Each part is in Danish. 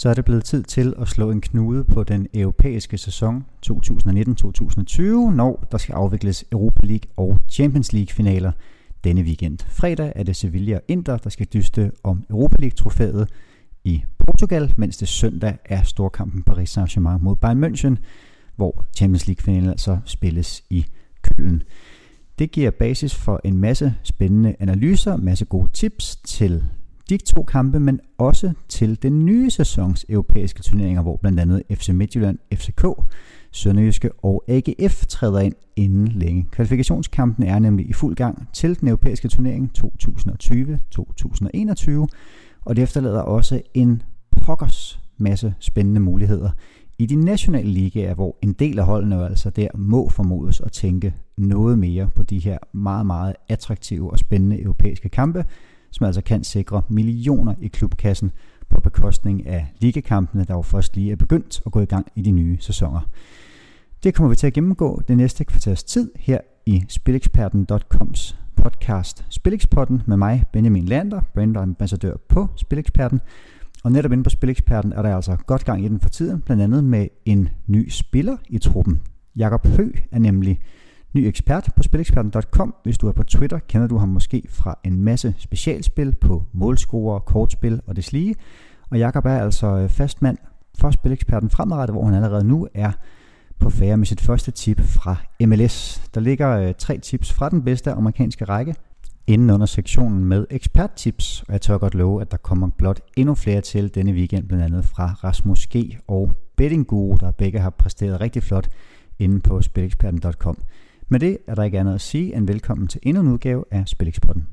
så er det blevet tid til at slå en knude på den europæiske sæson 2019-2020, når der skal afvikles Europa League og Champions League finaler denne weekend. Fredag er det Sevilla og Inter, der skal dyste om Europa League-trofæet i Portugal, mens det søndag er storkampen Paris Saint-Germain mod Bayern München, hvor Champions League-finalen altså spilles i Köln. Det giver basis for en masse spændende analyser, masse gode tips til de to kampe, men også til den nye sæsons europæiske turneringer, hvor blandt andet FC Midtjylland, FCK, Sønderjyske og AGF træder ind inden længe. Kvalifikationskampen er nemlig i fuld gang til den europæiske turnering 2020-2021, og det efterlader også en pokkers masse spændende muligheder i de nationale ligaer, hvor en del af holdene altså der må formodes at tænke noget mere på de her meget, meget attraktive og spændende europæiske kampe, som altså kan sikre millioner i klubkassen på bekostning af ligakampene, der jo først lige er begyndt at gå i gang i de nye sæsoner. Det kommer vi til at gennemgå det næste kvarters tid her i spileksperten.coms podcast Spilekspodden med mig, Benjamin Lander, brandambassadør på Spileksperten. Og netop inde på Spileksperten er der altså godt gang i den for tiden, blandt andet med en ny spiller i truppen. Jakob Høgh er nemlig ny ekspert på spileksperten.com. Hvis du er på Twitter, kender du ham måske fra en masse specialspil på målscorer, kortspil og deslige. Og Jakob er altså fastmand for Spileksperten fremadrettet, hvor han allerede nu er på færre med sit første tip fra MLS. Der ligger 3 tips fra den bedste amerikanske række inden under sektionen med eksperttips, og jeg tør godt love, at der kommer blot endnu flere til denne weekend, blandt andet fra Rasmus G. og Betting Guru, der begge har præsteret rigtig flot inde på spileksperten.com. Med det er der ikke andet at sige end velkommen til endnu en udgave af Spilekspodden.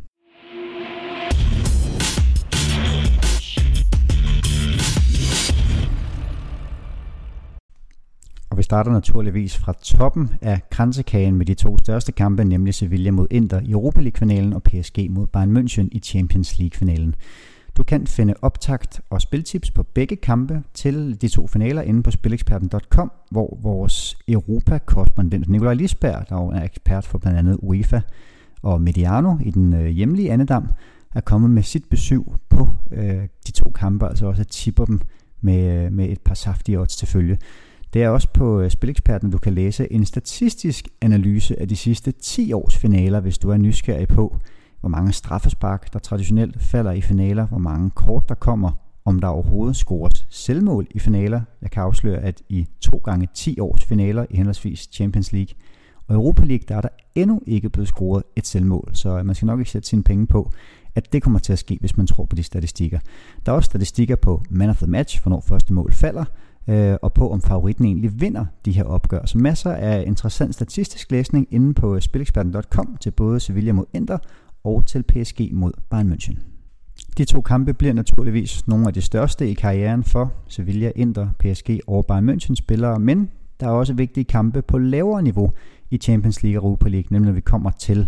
Og vi starter naturligvis fra toppen af kransekagen med de to største kampe, nemlig Sevilla mod Inter i Europa League-finalen og PSG mod Bayern München i Champions League-finalen. Du kan finde optakt og spiltips på begge kampe til de to finaler inde på spileksperten.com, hvor vores Europa-korrespondent Nikolaj Lisberg, der er ekspert for blandt andet UEFA og Mediano i den hjemlige Annedam, er kommet med sit besøg på de to kampe, altså også tipper dem med et par saftige odds til følge. Det er også på Spileksperten, du kan læse en statistisk analyse af de sidste 10 års finaler, hvis du er nysgerrig på, hvor mange straffespark, der traditionelt falder i finaler, hvor mange kort der kommer, om der overhovedet scores selvmål i finaler. Jeg kan afsløre, at i 2x10 års finaler i henholdsvis Champions League og Europa League, der er der endnu ikke blevet scoret et selvmål, så man skal nok ikke sætte sine penge på, at det kommer til at ske, hvis man tror på de statistikker. Der er også statistikker på man of the match, hvornår første mål falder, og på om favoritten egentlig vinder de her opgør. Så masser af interessant statistisk læsning inde på spileksperten.com til både Sevilla mod Inter og til PSG mod Bayern München. De to kampe bliver naturligvis nogle af de største i karrieren for Sevilla, Inter, PSG og Bayern München spillere, men der er også vigtige kampe på lavere niveau i Champions League og Europa League, nemlig når vi kommer til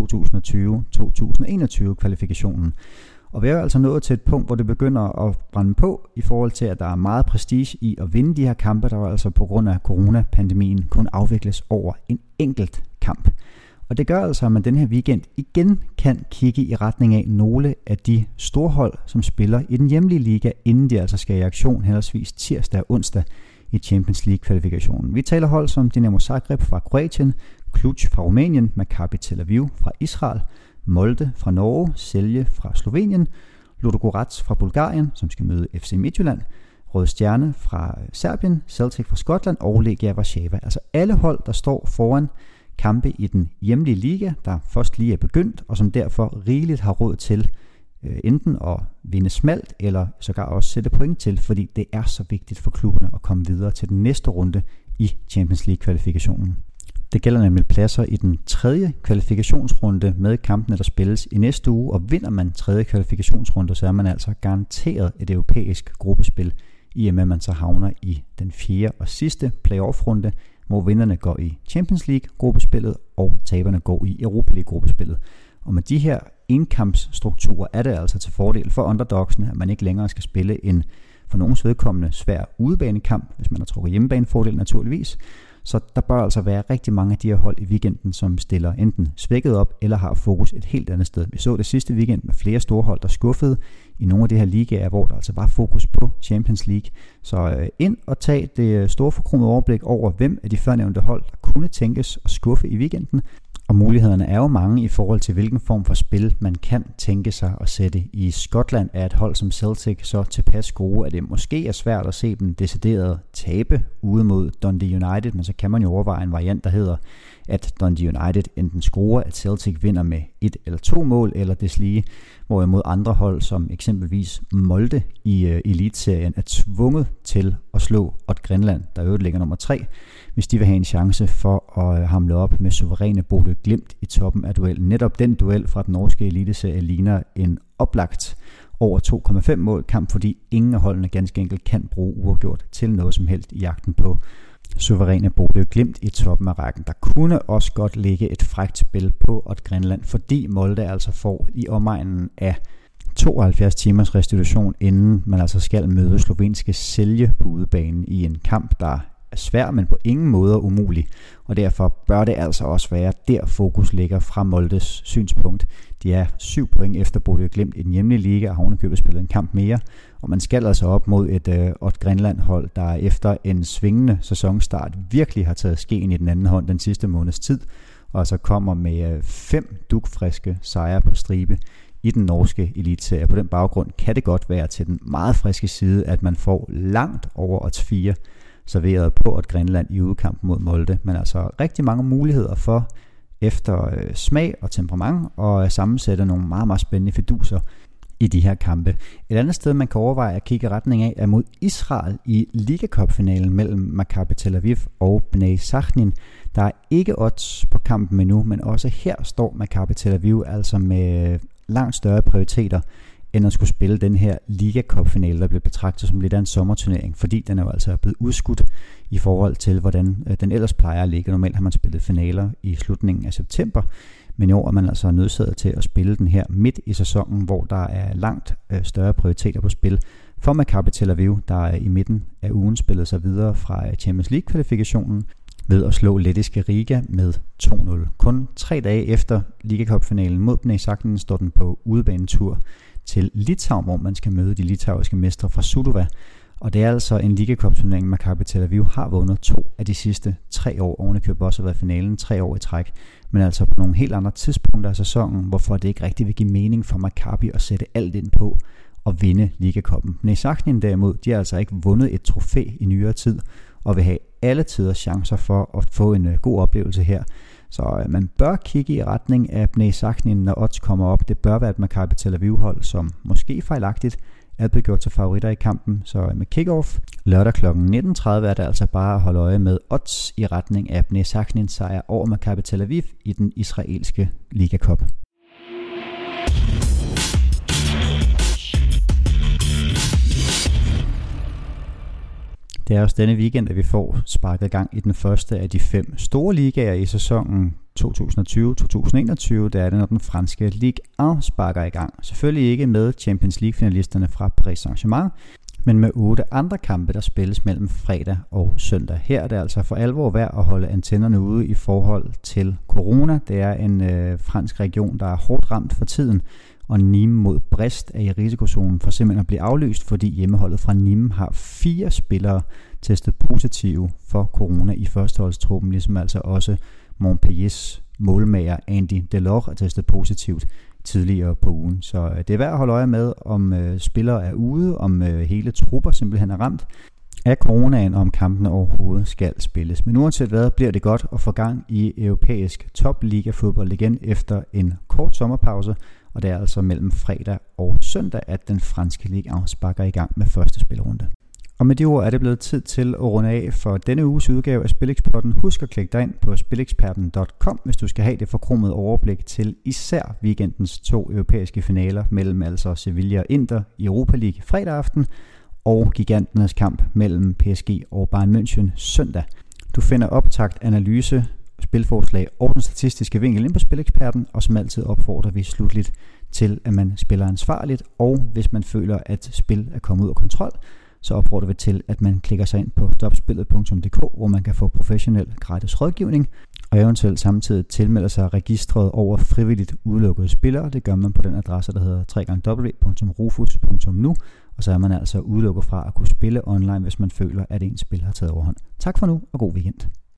2020-2021 kvalifikationen. Og vi er altså nået til et punkt, hvor det begynder at brænde på i forhold til, at der er meget prestige i at vinde de her kampe, der altså på grund af coronapandemien kun afvikles over en enkelt kamp. Og det gør altså, at man den her weekend igen kan kigge i retning af nogle af de storhold, som spiller i den hjemlige liga, inden de altså skal i aktion henholdsvis tirsdag og onsdag i Champions League-kvalifikationen. Vi taler hold som Dinamo Zagreb fra Kroatien, Cluj fra Rumænien, Maccabi Tel Aviv fra Israel, Molde fra Norge, Celje fra Slovenien, Ludogorets fra Bulgarien, som skal møde FC Midtjylland, Røde Stjerne fra Serbien, Celtic fra Skotland og Legia Warszawa. Altså alle hold, der står foran kampe i den hjemlige liga, der først lige er begyndt, og som derfor rigeligt har råd til enten at vinde smalt, eller sågar også sætte point til, fordi det er så vigtigt for klubberne at komme videre til den næste runde i Champions League-kvalifikationen. Det gælder nemlig pladser i den tredje kvalifikationsrunde med kampene, der spilles i næste uge, og vinder man tredje kvalifikationsrunde, så er man altså garanteret et europæisk gruppespil, i og med at man så havner i den 4. og sidste playoff-runde, hvor vinderne går i Champions League-gruppespillet, og taberne går i Europa League-gruppespillet. Og med de her enkampsstrukturer er det altså til fordel for underdogsene, at man ikke længere skal spille en for nogens vedkommende svær udebanekamp, hvis man har trukket hjemmebanefordel naturligvis, Så der bør altså være rigtig mange af de her hold i weekenden, som stiller enten svækket op, eller har fokus et helt andet sted. Vi så det sidste weekend med flere store hold, der skuffede i nogle af de her ligaer, hvor der altså var fokus på Champions League. Så ind og tag det store forkromede overblik over, hvem af de førnævnte hold, der kunne tænkes at skuffe i weekenden. Og mulighederne er jo mange i forhold til, hvilken form for spil man kan tænke sig at sætte. I Skotland er et hold som Celtic så tilpas gode, at det måske er svært at se dem decideret tabe ude mod Dundee United, men så kan man jo overveje en variant, der hedder, at Dundee United enten scorer, at Celtic vinder med 1 eller 2 mål, eller deslige, hvorimod andre hold, som eksempelvis Molde i Eliteserien, er tvunget til at slå Odd Grenland, der øvrigt ligger nummer 3, hvis de vil have en chance for at hamle op med suveræne Bodø Glimt i toppen af duellen. Netop den duel fra den norske eliteserie ligner en oplagt over 2,5 mål kamp, fordi ingen af holdene ganske enkelt kan bruge uafgjort til noget som helst i jagten på suveræne Bodø Glimt i toppen af rækken. Der kunne også godt ligge et frækt spil på Odd Grenland, fordi Molde altså får i omegnen af 72 timers restitution, inden man altså skal møde slovenske Celje på udebanen i en kamp, der er svær, men på ingen måde umulig. Og derfor bør det altså også være der fokus ligger fra Moldes synspunkt. De er 7 point efter Bodø Glimt i den hjemlige liga og har ovenikøbet spillet en kamp mere. Og man skal altså op mod et Odd Grenland hold, der efter en svingende sæsonstart virkelig har taget skeen i den anden hånd den sidste måneds tid, og så kommer med 5 dugfriske sejre på stribe i den norske eliteserie. På den baggrund kan det godt være til den meget friske side, at man får langt over odds 4 serveret på Odd Grenland i udkampen mod Molde, men altså rigtig mange muligheder for efter smag og temperament og sammensætte nogle meget, meget spændende fiduser i de her kampe. Et andet sted, man kan overveje at kigge retning af, er mod Israel i Liga Cup-finalen mellem Maccabi Tel Aviv og Bnei Sakhnin. Der er ikke odds på kampen endnu, men også her står Maccabi Tel Aviv altså med langt større prioriteter, end at skulle spille den her Liga Cup-finale, der bliver betragtet som lidt af en sommerturnering, fordi den er jo altså blevet udskudt i forhold til, hvordan den ellers plejer at ligge. Normalt har man spillet finaler i slutningen af september, men i år er man altså nødsaget til at spille den her midt i sæsonen, hvor der er langt større prioriteter på spil. For Maccabi Tel Aviv, der i midten af ugen spillede sig videre fra Champions League-kvalifikationen ved at slå lettiske Riga med 2-0. Kun 3 dage efter Liga Cup-finalen mod Bnei Sakhnin står den på udebanetur til Litauen, hvor man skal møde de litauiske mestre fra Sūduva. Og det er altså en Liga Cup-turnering, Maccabi Tel Aviv har vundet 2 af de sidste 3 år. Ovenikøbet også har været finalen 3 år i træk, men altså på nogle helt andre tidspunkter af sæsonen, hvorfor det ikke rigtig vil give mening for Maccabi at sætte alt ind på at vinde Liga Cup'en. Bnei Sakhnin derimod, de har altså ikke vundet et trofæ i nyere tid, og vil have alle tiders chancer for at få en god oplevelse her. Så man bør kigge i retning af Bnei Sakhnin, når odds kommer op. Det bør være et Maccabi Tel Aviv-hold, som måske fejlagtigt er blevet gjort til favoritter i kampen. Så med kick-off lørdag kl. 19.30 er det altså bare at holde øje med odds i retning af Bnei Sakhnin sejr over Maccabi Tel Aviv i den israelske Liga Cup. Det er også denne weekend, at vi får sparket gang i den første af de 5 store ligaer i sæsonen 2020-2021. Det er det, når den franske Ligue 1 sparker i gang. Selvfølgelig ikke med Champions League-finalisterne fra Paris Saint-Germain, men med 8 andre kampe, der spilles mellem fredag og søndag. Her er det altså for alvor værd at holde antennerne ude i forhold til corona. Det er en fransk region, der er hårdt ramt for tiden, og Nîmes mod Brest er i risikozonen for simpelthen at blive aflyst, fordi hjemmeholdet fra Nîmes har 4 spillere testet positive for corona i førsteholdstruppen, ligesom altså også Montpelliers målmager Andy Delors er testet positivt tidligere på ugen. Så det er værd at holde øje med, om spillere er ude, om hele trupper simpelthen er ramt af coronaen, og om kampene overhovedet skal spilles. Men uanset hvad, bliver det godt at få gang i europæisk topliga-fodbold igen efter en kort sommerpause, og det er altså mellem fredag og søndag, at den franske liga sparker i gang med første spillerunde. Og med de ord er det blevet tid til at runde af for denne uges udgave af SpilXperten. Husk at klikke dig ind på spilleksperten.com, hvis du skal have det forkromede overblik til især weekendens 2 europæiske finaler mellem altså Sevilla og Inter i Europa League fredag aften, og giganternes kamp mellem PSG og Bayern München søndag. Du finder optakt, analyse, spilforslag og den statistiske vinkel ind på SpilXperten, og som altid opfordrer vi slutligt til, at man spiller ansvarligt, og hvis man føler, at spil er kommet ud af kontrol, så opfordrer vi til, at man klikker sig ind på stopspillet.dk, hvor man kan få professionel gratis rådgivning, og eventuelt samtidig tilmelder sig registret over frivilligt udelukkede spillere. Det gør man på den adresse, der hedder www.rufus.nu, og så er man altså udelukket fra at kunne spille online, hvis man føler, at ens spil har taget overhånd. Tak for nu, og god weekend.